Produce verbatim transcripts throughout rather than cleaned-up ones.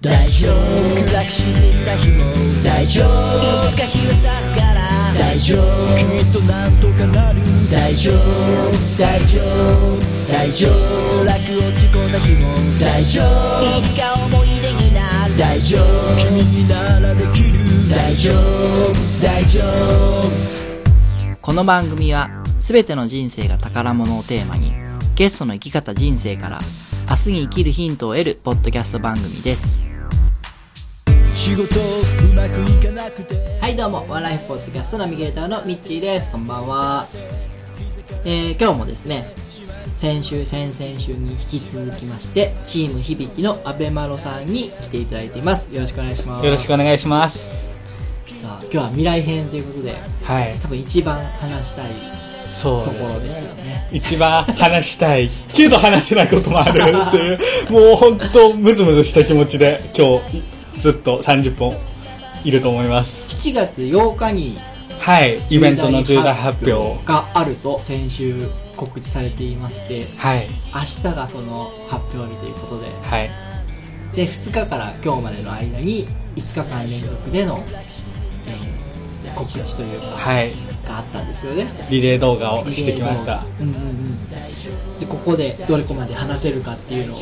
大丈夫暗く沈んだ日も大丈夫いつか日は差すから大丈夫きっとなんとかなる大丈夫大丈夫大丈夫辛く落ち込んだ日も大丈夫いつか思い出になる大丈夫君にならできる大丈夫大丈夫。 この番組はすべての人生が宝物をテーマにゲストの生き方人生から明日に生きるヒントを得るポッドキャスト番組です。 仕事うまくいかなくてはいどうもワンライフポッドキャストナビゲーターのミッチーです。こんばんは。えー、今日もですね先週先々週に引き続きましてチーム響の阿部マロさんに来ていただいています。よろしくお願いします。 よろしくお願いします。 さあ今日は未来編ということで、 はい、 多分一番話したいそうところですよね。 一番話したいけど話せないこともあるっていうもう本当ムズムズした気持ちで今日ずっとさんじゅっぽんいると思います。 しちがつようかにはいイベントの重大発表があると先週告知されていまして、 はい、 明日がその発表日ということで、 はい、 でふつかから今日までの間にいつかかん連続での、えー、告知というか、 はい、 があったんですよね。 リレー動画をしてきました。 うんうんうん、でここでどれこまで話せるかっていうのを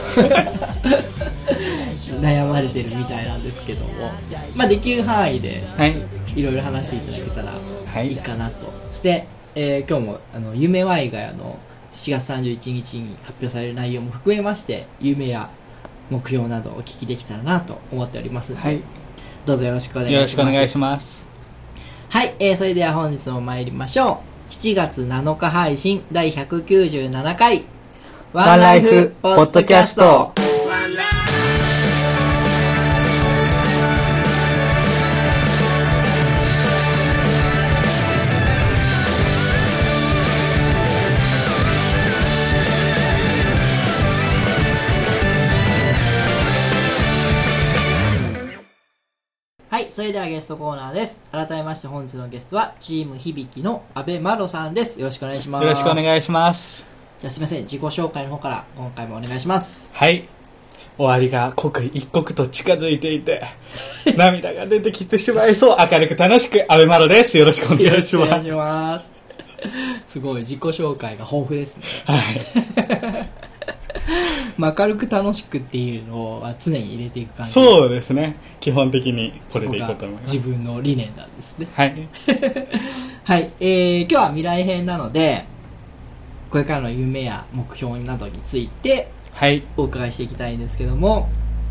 悩まれてるみたいなんですけども、まあ、できる範囲でいろいろ話していただけたらいいかなと、はい、そして、えー、今日もあの夢ワイガヤのしちがつさんじゅういちにちに発表される内容も含めまして夢や目標などをお聞きできたらなと思っておりますので、はい、どうぞよろしくお願いします。 よろしくお願いします。 はい、えー、それでは本日も参りましょう。しちがつなのか配信だいひゃくきゅうじゅうななかいワンライフポッドキャスト。 はい、それではゲストコーナーです。改めまして本日のゲストはチーム響の阿部マロさんです。よろしくお願いします。 よろしくお願いします。 じゃあすみません、自己紹介の方から今回もお願いします。 はい、終わりが刻一刻と近づいていて涙が出てきてしまいそう。明るく楽しく阿部マロです。よろしくお願いします。 お願いします。すごい自己紹介が豊富ですね。はいまあ、明るく楽しくっていうのは常に入れていく感じです。 そうですね、基本的にこれでいこうと思います。 自分の理念なんですね。 はいはい、えー、今日は未来編なのでこれからの夢や目標などについてお伺いしていきたいんですけども、はい、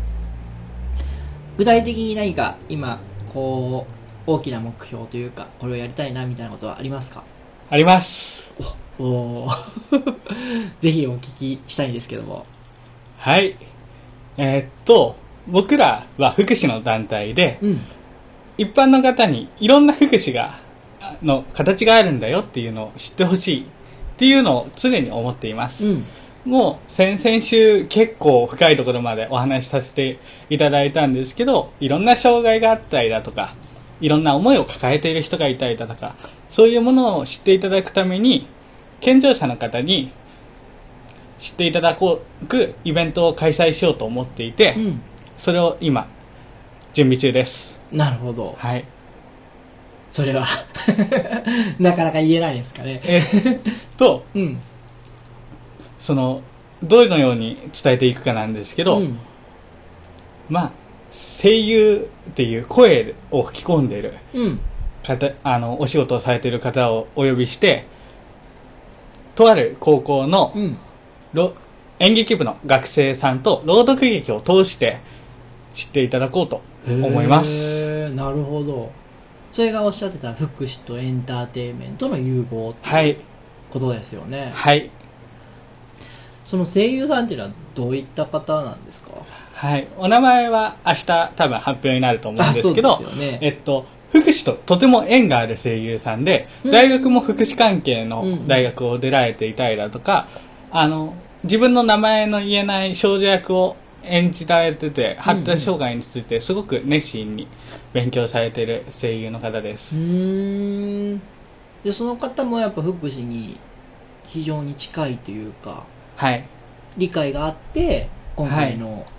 具体的に何か今こう大きな目標というかこれをやりたいなみたいなことはありますか？ あります。 おおぜひお聞きしたいんですけども。 はい、えー、っと僕らは福祉の団体で、うん、一般の方にいろんな福祉がの形があるんだよっていうのを知ってほしいっていうのを常に思っています。うん、もう先々週結構深いところまでお話しさせていただいたんですけど、いろんな障害があったりだとかいろんな思いを抱えている人がいたりだとか、そういうものを知っていただくために健常者の方に知っていただくイベントを開催しようと思っていて、うん、それを今準備中です。 なるほど。 はい。 それはなかなか言えないですかね。 えー、と、うん、そのどのように伝えていくかなんですけど、うん、まあ声優っていう声を吹き込んでいる方、うん、あのお仕事をされている方をお呼びして、とある高校の、うん、演劇部の学生さんと朗読劇を通して知っていただこうと思います。 へー、なるほど。それがおっしゃってた福祉とエンターテインメントの融合っていうことですよね。 はい。 その声優さんっていうのはどういった方なんですか？ はい、お名前は明日多分発表になると思うんですけど、 そうですよね。 えっと福祉ととても縁がある声優さんで、うん、大学も福祉関係の大学を出られていたりだとか、うん、あの自分の名前の言えない少女役を演じられてて、発達障害についてすごく熱心に勉強されている声優の方です。 うーん。でその方もやっぱ福祉に非常に近いというか、 はい、 理解があって今回の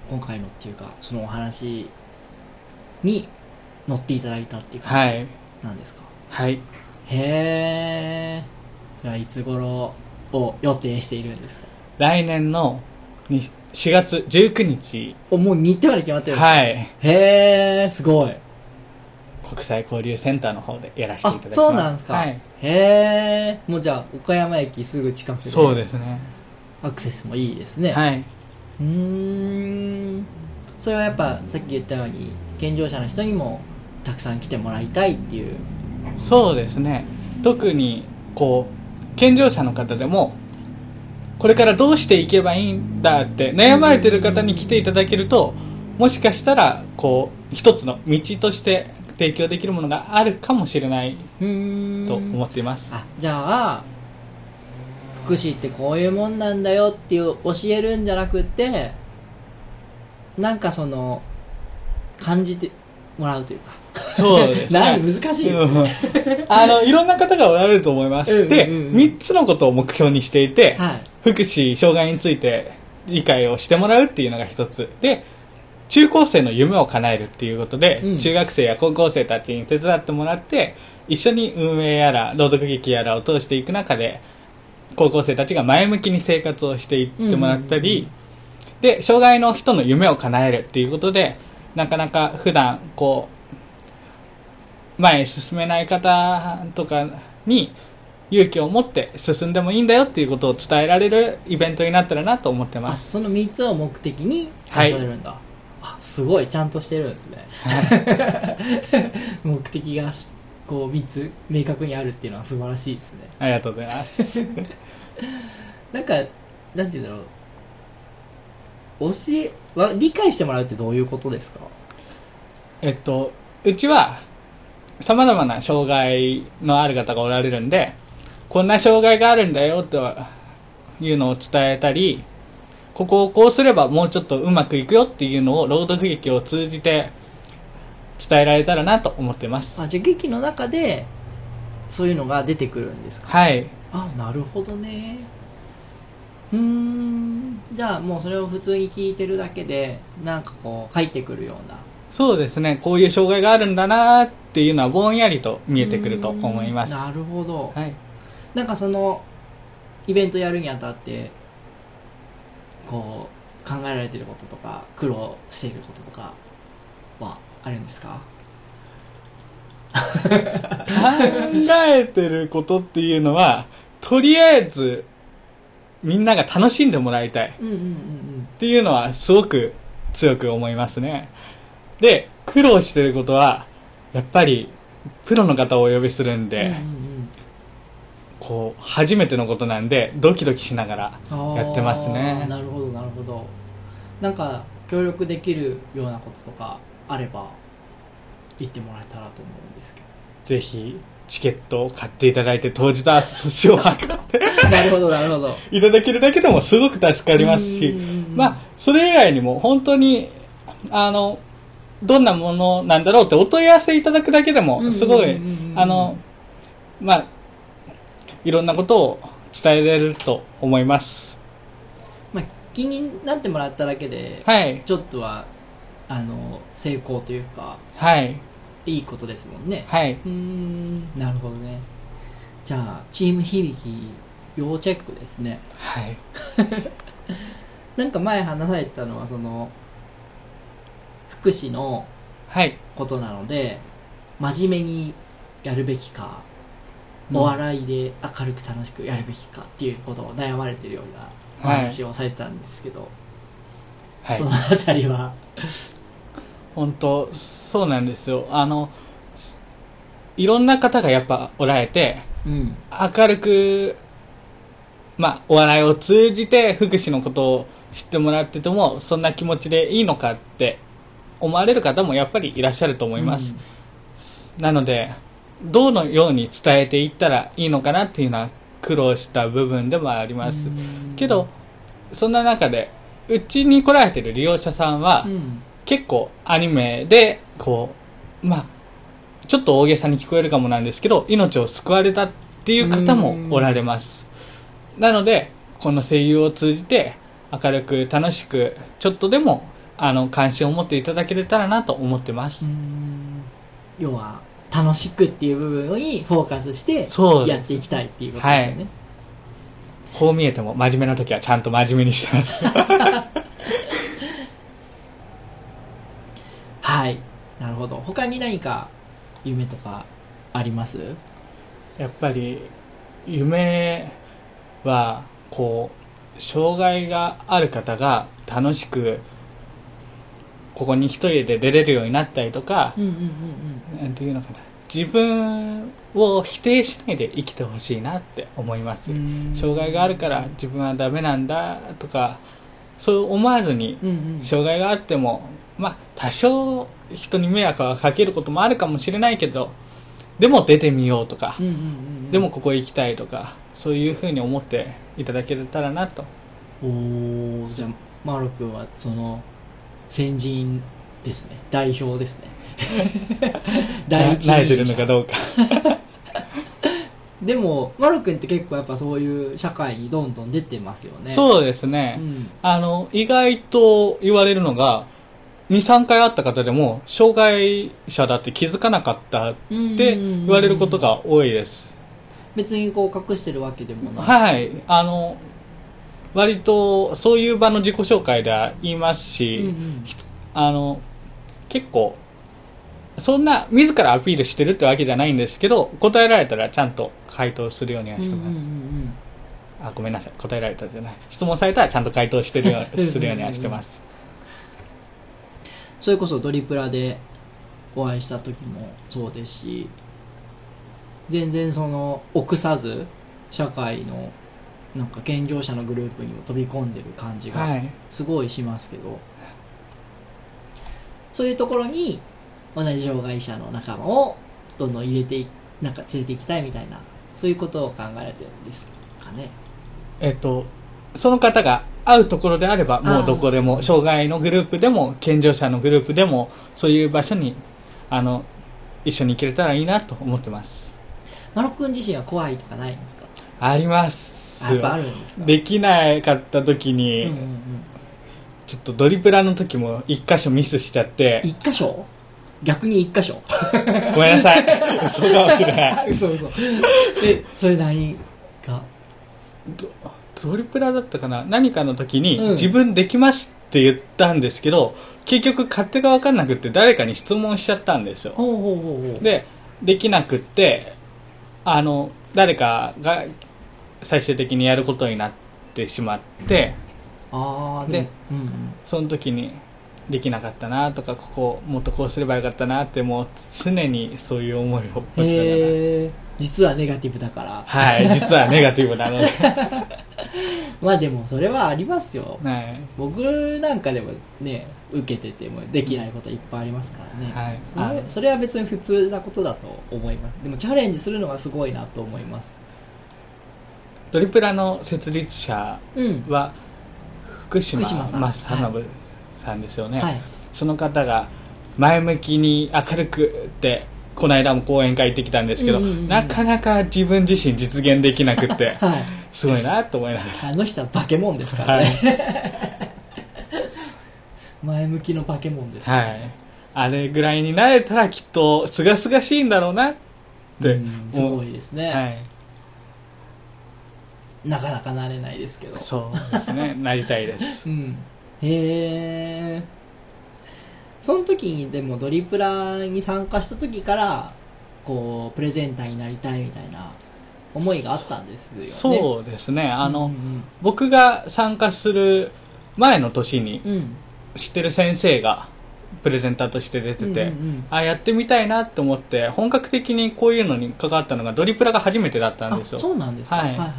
今回のっていうかそのお話に乗っていただいたっていう感じなんですか？ はい、はい、 へえ。じゃあいつ頃を予定しているんですか？ 来年のしがつじゅうくにち。 お、もう日程まで決まってるんですか？ はい。 へえ、すごい。 国際交流センターの方でやらせていただきます。 あ、そうなんですか。 はい。 へえ。もうじゃあ岡山駅すぐ近くで。 そうですね。 アクセスもいいですね。 はい。 うーん。それはやっぱさっき言ったように健常者の人にもたくさん来てもらいたいっていう。 そうですね。特にこう健常者の方でもこれからどうしていけばいいんだって悩まれてる方に来ていただけると、もしかしたらこう一つの道として提供できるものがあるかもしれないと思っています。 あ、じゃあ福祉ってこういうもんなんだよっていう教えるんじゃなくて、なんかその感じてもらうというか。 そうですね。 難しいですね。 あのいろんな方がおられると思います。うんうんうん、でみっつのことを目標にしていて、はい、福祉障害について理解をしてもらうっていうのが一つで、中高生の夢を叶えるっていうことで、うん、中学生や高校生たちに手伝ってもらって一緒に運営やら朗読劇やらを通していく中で高校生たちが前向きに生活をしていってもらったり、うんうんうん、で障害の人の夢を叶えるっていうことで、なかなか普段こう前へ進めない方とかに勇気を持って進んでもいいんだよっていうことを伝えられるイベントになったらなと思ってます。 そのみっつを目的に始めるんだ、はい、あ、すごいちゃんとしてるんですね、はい、目的がこうみっつ明確にあるっていうのは素晴らしいですね。 ありがとうございますなんかなんていうんだろう、教えは理解してもらうってどういうことですか？ えっとうちはさまざまな障害のある方がおられるんで、こんな障害があるんだよというのを伝えたり、ここをこうすればもうちょっとうまくいくよっていうのを朗読劇を通じて伝えられたらなと思っています。 あ、じゃあ劇の中でそういうのが出てくるんですか？ はい。 あ、なるほどね。うーん、じゃあもうそれを普通に聞いてるだけでなんかこう入ってくるような。 そうですね、こういう障害があるんだなっていうのはぼんやりと見えてくると思います。 なるほど、 はい、 なんかそのイベントやるにあたってこう考えられてることとか苦労していることとかはあるんですか？ 考えてることっていうのはとりあえずみんなが楽しんでもらいたいっていうのはすごく強く思いますね。で、苦労してることはやっぱりプロの方をお呼びするんで、うんうんうん、こう初めてのことなんでドキドキしながらやってますね。 なるほどなるほど。なんか協力できるようなこととかあれば言ってもらえたらと思うんですけど。 ぜひチケットを買っていただいて当日は寿司を測ってなるほどなるほどいただけるだけでもすごく助かりますし、まあそれ以外にも本当にあのどんなものなんだろうってお問い合わせいただくだけでもすごいあのまあいろんなことを伝えられると思います。 まあ気になってもらっただけで、はい、ちょっとはあの成功というか、はい、いいことですもんね。はい。うーん、なるほどね。じゃあチーム響き要チェックですね。はい。なんか前話されてたのはその福祉のことなので、はい、真面目にやるべきか、うん、お笑いで明るく楽しくやるべきかっていうことを悩まれてるようなお話をされてたんですけど、はい、そのあたりは本当そうなんですよ。あのいろんな方がやっぱおられて、うん、明るくまあお笑いを通じて福祉のことを知ってもらっててもそんな気持ちでいいのかって思われる方もやっぱりいらっしゃると思います、うん、なのでどのように伝えていったらいいのかなっていうのは苦労した部分でもあります、うん、けどそんな中でうちに来られてる利用者さんは、うん、結構アニメでこうまあちょっと大げさに聞こえるかもなんですけど命を救われたっていう方もおられます。なのでこの声優を通じて明るく楽しくちょっとでもあの関心を持っていただけれたらなと思ってます。 うーん、要は楽しくっていう部分にフォーカスしてやっていきたいっていうことですよね。はい、 こう見えても真面目な時はちゃんと真面目にしてますはい、なるほど。他に何か夢とかあります？ やっぱり夢はこう障害がある方が楽しくここに一人で出れるようになったりとか、 うんうんうんうん、 なんていうのかな、自分を否定しないで生きてほしいなって思います。障害があるから自分はダメなんだとかそう思わずに、うんうん、障害があってもまあ多少人に迷惑はかけることもあるかもしれないけど、でも出てみようとか、うんうんうんうん、でもここ行きたいとか、そういうふうに思っていただけたらなと。 おー、じゃあマロ君はその先人ですね、代表ですね第一人者慣れてるのかどうかでもマロ君って結構やっぱそういう社会にどんどん出てますよね。 そうですね、うん、あの意外と言われるのが に,さん 回会った方でも障害者だって気づかなかったって言われることが多いです。 別にこう隠してるわけでもない。 はい、あの割とそういう場の自己紹介では言いますし、うんうん、あの結構そんな自らアピールしてるってわけじゃないんですけど、答えられたらちゃんと回答するようにはしてます、うんうんうん、あ、ごめんなさい、答えられたじゃない、質問されたらちゃんと回答してるようするようにはしてますそれこそドリプラでお会いした時もそうですし、全然その臆さず社会のなんか健常者のグループにも飛び込んでる感じがすごいしますけど、はい、そういうところに同じ障害者の仲間をどんどん入れてなんか連れて行きたいみたいな、そういうことを考えられてるんですかね。 えっとその方が会うところであればもうどこでも、障害のグループでも健常者のグループでもそういう場所にあの一緒に行けたらいいなと思ってます。 マロ君自身は怖いとかないんですか？ あります。 やっぱあるんですか？ できなかった時に、うんうんうん、ちょっとドリプラの時も一箇所ミスしちゃって。 一箇所？逆に一箇所ごめんなさい嘘かもしれない嘘嘘え、それ何かド, ドリプラだったかな、何かの時に、うん、自分できますって言ったんですけど、結局勝手が分かんなくって誰かに質問しちゃったんですよ。 ほうほうほうほう。でできなくってあの誰かが最終的にやることになってしまって、 あで、 うんうん、 その時にできなかったなとか、ここもっとこうすればよかったなって、もう常にそういう思いを持ちながら。 へー、実はネガティブだから。 はい、実はネガティブなのでまあでもそれはありますよ、 はい、 僕なんかでもね受けててもできないこといっぱいありますからね、 はい、 それ、それは別に普通なことだと思います。でもチャレンジするのがすごいなと思います。 ドリプラの設立者は福島正信さんですよね、はい、その方が前向きに明るくってこの間も講演会行ってきたんですけど、うんうんうん、なかなか自分自身実現できなくて、はい、すごいなと思いながら。 あの人は化け物ですからね、はい、前向きの化け物です、ね、 はい、あれぐらいになれたらきっとすがすがしいんだろうなって、うん、 すごいですね、 はい、 なかなかなれないですけど。 そうですねなりたいです、 うん、へー。その時にでもドリプラに参加した時からこうプレゼンターになりたいみたいな思いがあったんですよね。 そうですね、あの、うんうん、僕が参加する前の年に知ってる先生がプレゼンターとして出てて、うんうんうん、あやってみたいなと思って本格的にこういうのに関わったのがドリプラが初めてだったんですよ。 あ、そうなんですか、はい、はいはいはい。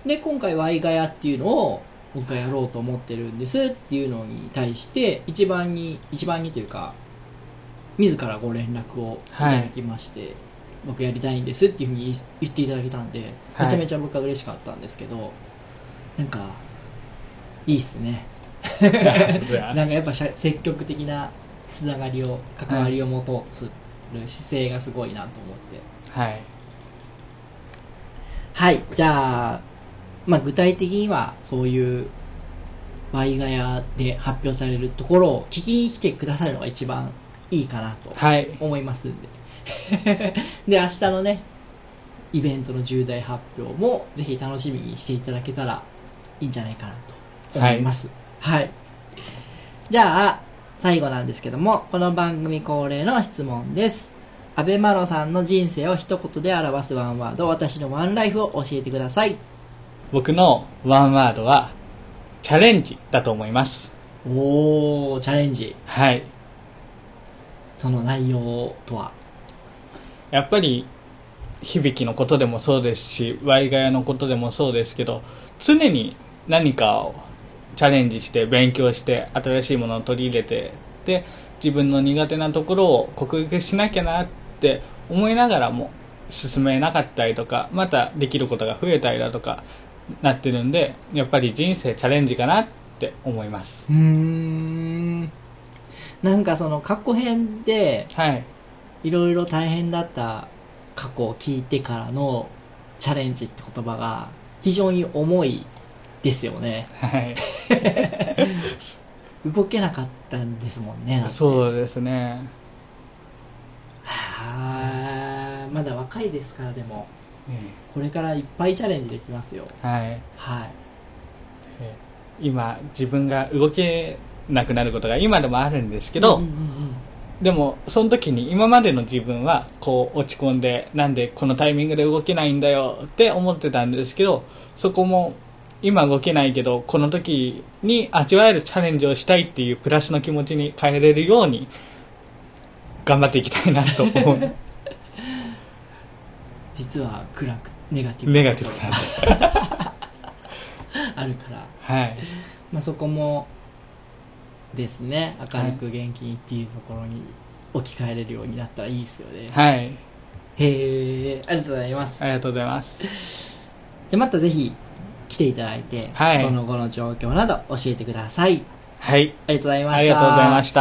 で今回ワイガヤっていうのを僕がやろうと思ってるんですっていうのに対して一番に一番にというか自らご連絡をいただきまして、はい、僕やりたいんですっていうふうに言っていただけたんで、はい、めちゃめちゃ僕は嬉しかったんですけど、なんかいいっすねなんかやっぱ積極的なつながりを関わりを持とうとする姿勢がすごいなと思ってはいはい。じゃあまあ、具体的にはそういうワイガヤで発表されるところを聞きに来てくださるのが一番いいかなと思いますんで、はい、で明日のねイベントの重大発表もぜひ楽しみにしていただけたらいいんじゃないかなと思います。はい、はい、じゃあ最後なんですけども、この番組恒例の質問です。安倍マロさんの人生を一言で表すワンワード、私のワンライフを教えてください。 僕のワンワードはチャレンジだと思います。 おー、チャレンジ。 はい。 その内容とは？ やっぱり響きのことでもそうですし、ワイガヤのことでもそうですけど、常に何かをチャレンジして勉強して新しいものを取り入れて、で自分の苦手なところを克服しなきゃなって思いながらも進めなかったりとか、またできることが増えたりだとかなってるんで、やっぱり人生チャレンジかなって思います。 うーん、なんかその過去編でいろいろ大変だった過去を聞いてからのチャレンジって言葉が非常に重いですよね。はい動けなかったんですもんね。 そうですね。 はあ、まだ若いですから。でも、うん、これからいっぱいチャレンジできますよ。 はいはい。 今自分が動けなくなることが今でもあるんですけど、うんうんうん、でもその時に今までの自分はこう落ち込んで、なんでこのタイミングで動けないんだよって思ってたんですけど、そこも今動けないけどこの時に味わえるチャレンジをしたいっていうプラスの気持ちに変えれるように頑張っていきたいなと思う実は暗くネガティブネガティブなあるから、 はい、 まあ、そこもですね、明るく元気にっていうところに置き換えれるようになったらいいですよね。 はい。 へえ、ありがとうございます。 ありがとうございます。 じゃあまたぜひ来ていただいて、はい、その後の状況など教えてください。 はい。 ありがとうございました。 ありがとうございました。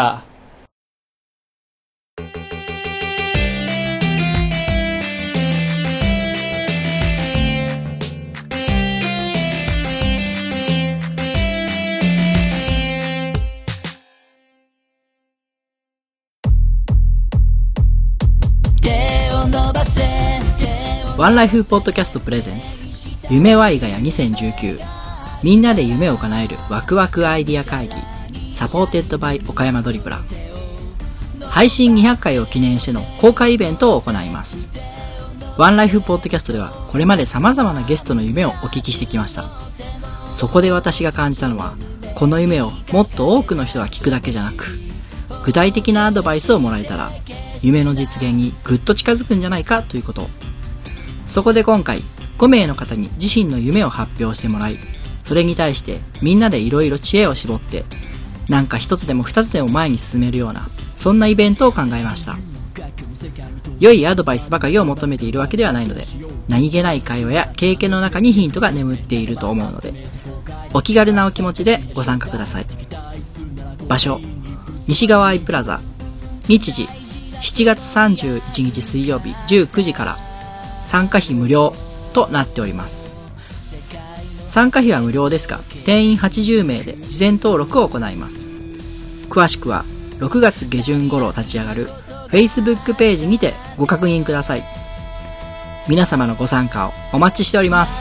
ワンライフポッドキャストプレゼンツ夢ワイガヤにせんじゅうきゅう、みんなで夢を叶えるワクワクアイディア会議、サポーテッドバイ岡山ドリプラ。配信にひゃっかいを記念しての公開イベントを行います。ワンライフポッドキャストではこれまで様々なゲストの夢をお聞きしてきました。そこで私が感じたのは、この夢をもっと多くの人が聞くだけじゃなく、具体的なアドバイスをもらえたら夢の実現にぐっと近づくんじゃないかということ。そこで今回ごめいの方に自身の夢を発表してもらい、それに対してみんなでいろいろ知恵を絞って、なんか一つでも二つでも前に進めるような、そんなイベントを考えました。良いアドバイスばかりを求めているわけではないので、何気ない会話や経験の中にヒントが眠っていると思うので、お気軽なお気持ちでご参加ください。場所、西側アイプラザ。日時、しちがつさんじゅういちにち水曜日じゅうくじから。参加費無料となっております。参加費は無料ですが、定員はちじゅうめいで事前登録を行います。詳しくはろくがつげじゅん頃立ち上がる Facebook ページにてご確認ください。皆様のご参加をお待ちしております。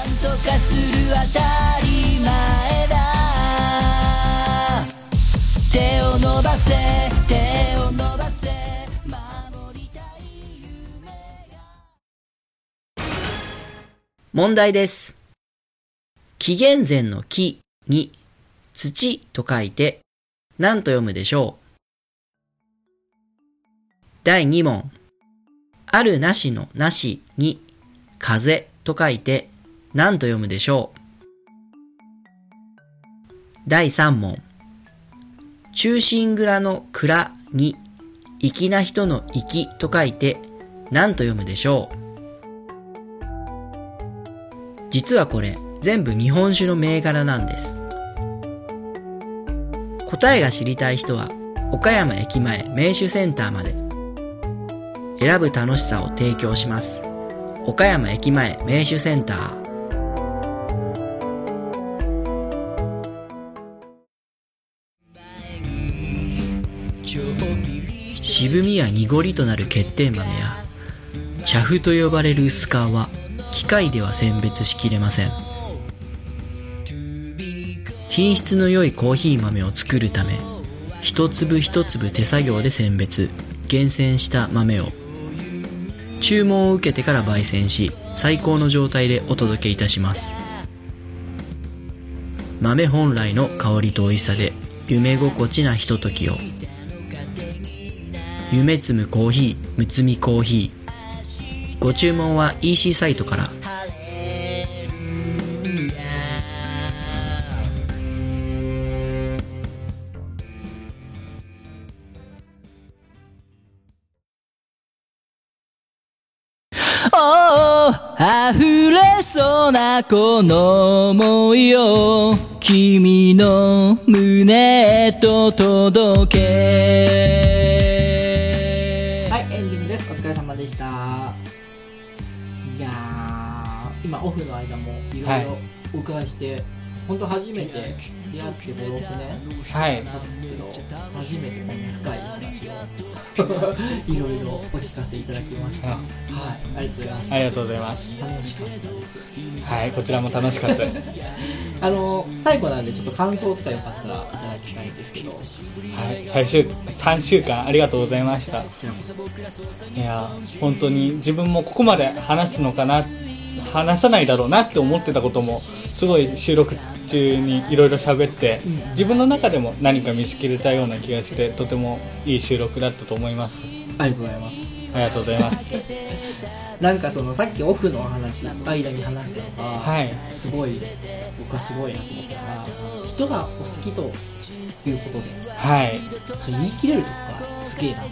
手を伸ばせ、手を伸ばせ、守りたい夢が。問題です。紀元前の紀に土と書いて何と読むでしょう。だいに問。あるなしのなしに風と書いて何と読むでしょう。だいさん問。忠臣蔵の蔵に粋な人の粋と書いて何と読むでしょう。実はこれ全部日本酒の銘柄なんです。答えが知りたい人は岡山駅前名酒センターまで。選ぶ楽しさを提供します。岡山駅前名酒センター。 渋みや濁りとなる欠点豆や茶粉と呼ばれる薄皮は機械では選別しきれません。品質の良いコーヒー豆を作るため、一粒一粒手作業で選別厳選した豆を注文を受けてから焙煎し、最高の状態でお届けいたします。豆本来の香りと美味しさで夢心地なひとときを。夢摘むコーヒー、むつみコーヒー。ご注文は イーシー サイトから。おー、溢れそうなこの想いを君の胸へと届け。 はい、エンディングです。お疲れ様でした。いやー、今オフの間もいろいろお伺いして、はい、本当初めて出会ってご、ろくねん経つけど、はい、初めてこんな深い話をいろいろお聞かせいただきました。はい、ありがとうございます。 ありがとうございます。 楽しかったです。 はい、こちらも楽しかったです。 あの最後なんでちょっと感想とかよかったらいただきたいんですけど。はい、 最終さんしゅうかんありがとうございました。いや本当に自分もここまで話すのかな、話さないだろうなって思ってたこともすごい収録中にいろいろ喋って、うん、自分の中でも何か見つけれたような気がして、とてもいい収録だったと思います。 ありがとうございます。 ありがとうございます。 なんかそのさっきオフの話間に話したのが、 はい、 すごい僕はすごいなと思ったのが、人がお好きということで、はい、それ言い切れるとこがすげえなと。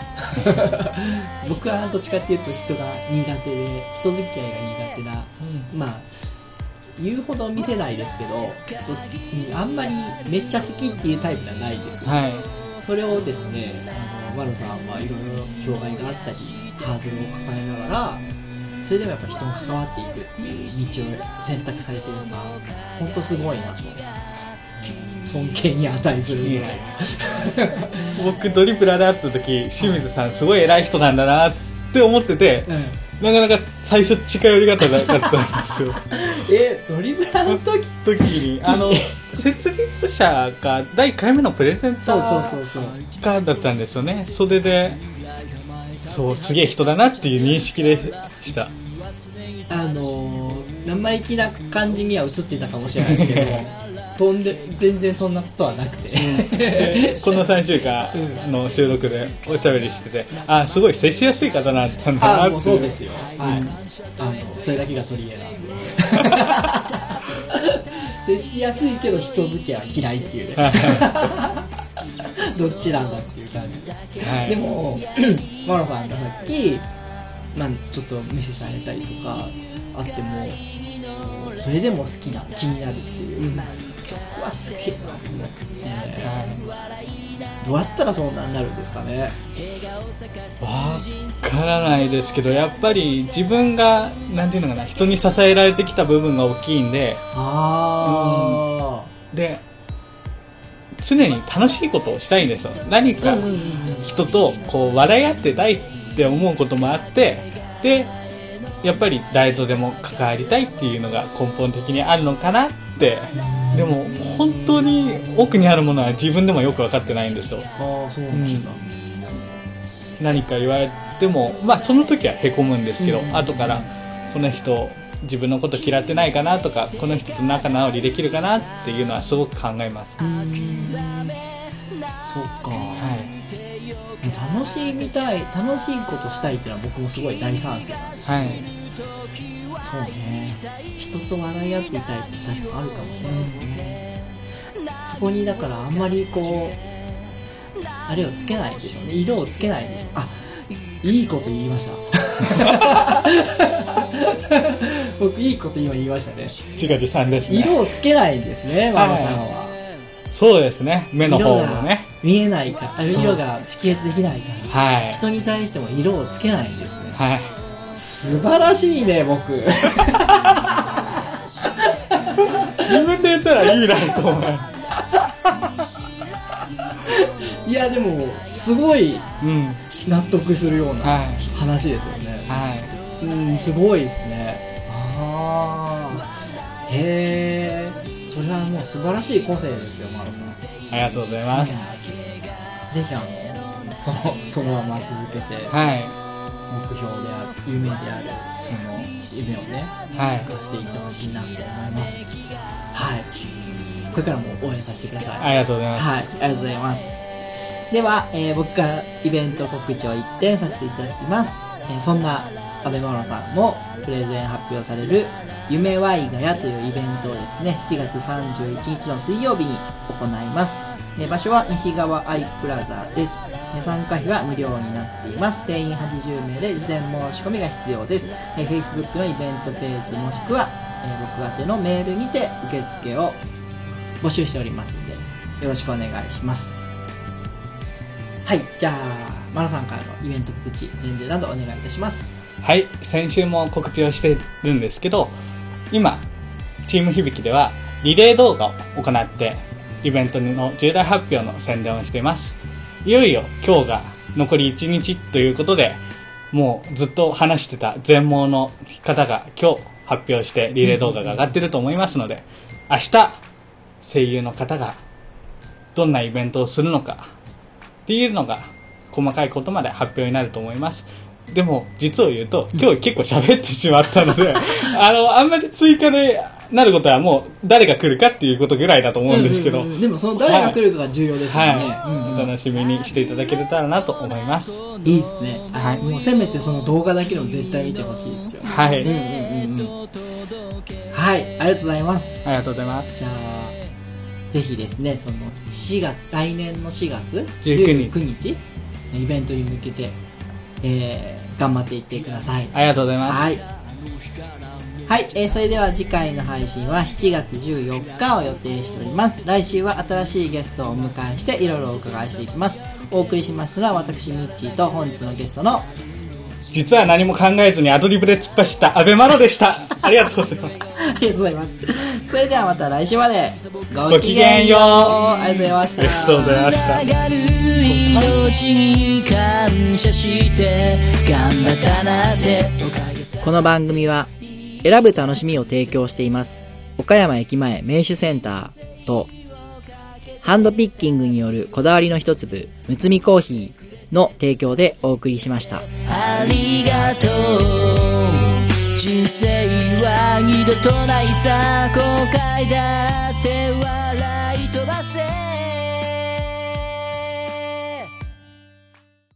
僕はどっちかっていうと人が苦手で、人付き合いが苦手な、うん、まあ言うほど見せないですけど、どあんまりめっちゃ好きっていうタイプではないです、はい、それをですね、あのマロさんはいろいろ障害があったりハードルを抱えながら、それでもやっぱ人に関わっていくっていう道を選択されているのが本当すごいなと、尊敬に値するぐらい。 僕ドリブラーで会った時、清水さんすごい偉い人なんだなって思ってて、うん、なかなか最初近寄りがたなかったんですよ。 えドリブラーの時時にあの設立者がだいいっかいめのプレゼンターかだったんですよね。それでそうすげえ人だなっていう認識でした。 あのー、生意気な感じには映ってたかもしれないですけど飛んで全然そんなことはなくてこのさんしゅうかんの収録でおしゃべりしてて、あすごい接しやすい方なんだなっていう。 あもうそうですよ、はい、うん、あのそれだけが取り柄なんで接しやすいけど人付き合いは嫌いっていうねどっちなんだっていう感じで、はい、でもマロさんがさっき、まあ、ちょっと無視されたりとかあってもそれでも好きな気になるっていう、うん、曲はすげえなと思って、はい、どうやったらそんなになるんですかね。 わからないですけど、やっぱり自分がなんていうのかな、人に支えられてきた部分が大きいんで、あ、うん、で常に楽しいことをしたいんですよ。何か人とこう笑い合ってたいって思うこともあって、でやっぱり誰とでも関わりたいっていうのが根本的にあるのかなって。でも本当に奥にあるものは自分でもよく分かってないんですよ。ああそうなんですか、うん、何か言われてもまあその時はへこむんですけど、うん、後からこの人自分のこと嫌ってないかなとか、この人と仲直りできるかなっていうのはすごく考えます。うーんそうか、はい、楽しみたい、楽しいことしたいっていうのは僕もすごい大賛成なんですよ、はい、そうね、人と笑い合っていたいって確かあるかもしれないですね。そこにだからあんまりこうあれをつけないでしょうね、色をつけないでしょう。あ、いいこと言いました僕いいこと今言いましたね。 自画自賛ですね。 色をつけないんですね、ママさんは、はい、 そうですね、目の方もね見えないから、色が識別できないから、はい、人に対しても色をつけないんですね、はい、素晴らしいね僕自分で言ったらいいなと思ういやでもすごい納得するような話ですよね、はい、うん、すごいですね。ああ、へえ、それはもう素晴らしい個性ですよ、マロさん。 ありがとうございます。 ぜひあのそのそのまま続けて、はい、目標である、夢であるその夢をね、はい、出していってほしいなと思います。はい、これからも応援させてください。 ありがとうございます。 はい、ありがとうございます。では、えー、僕からイベント告知を一点させていただきます。えー、そんな阿部マロさんもプレゼン発表される夢ワイガヤというイベントをですね、しちがつさんじゅういちにちの水曜日に行います。えー、場所は西側アイプラザです。えー、参加費は無料になっています。定員はちじゅうめいで事前申し込みが必要です。えー、Facebook のイベントページもしくは、えー、僕宛てのメールにて受付を募集しておりますので、よろしくお願いします。はい、じゃあマロさんからのイベント告知、宣伝などお願いいたします。 はい、先週も告知をしてるんですけど、今チーム響ではリレー動画を行ってイベントの重大発表の宣伝をしています。いよいよ今日が残りいちにちということで、もうずっと話してた全盲の方が今日発表してリレー動画が上がってると思いますので、明日声優の方がどんなイベントをするのかっていうのが細かいことまで発表になると思います。でも実を言うと今日結構喋ってしまったのであのあんまり追加でなることはもう誰が来るかっていうことぐらいだと思うんですけど、うんうんうん、 でもその誰が来るかが重要ですよね、はいはい、お楽しみにしていただけたらなと思います。 いいですね、はい、もうせめてその動画だけでも絶対見てほしいですよ。 はい、うんうんうんうん、はい、ありがとうございます。 ありがとうございます。 じゃあぜひですね、そのしがつ、来年のしがつじゅうくにちのイベントに向けて、えー、頑張っていってください。 ありがとうございます。 はい、はい、えー、それでは次回の配信はしちがつじゅうよっかを予定しております。来週は新しいゲストをお迎えしていろいろお伺いしていきます。お送りしましたのは私ミッチーと本日のゲストの実は何も考えずにアドリブで突っ走った阿部マロでした。ありがとうございます。 ありがとうございます。それではまた来週までごきげんよう。 ありがとうございました。 ありがとうございました。 命に感謝して頑張ったなって。 この番組は選ぶ楽しみを提供しています岡山駅前名手センターとハンドピッキングによるこだわりの一粒むつみコーヒーの提供でお送りしました。 ありがとう。人生は二度とないさ後悔だって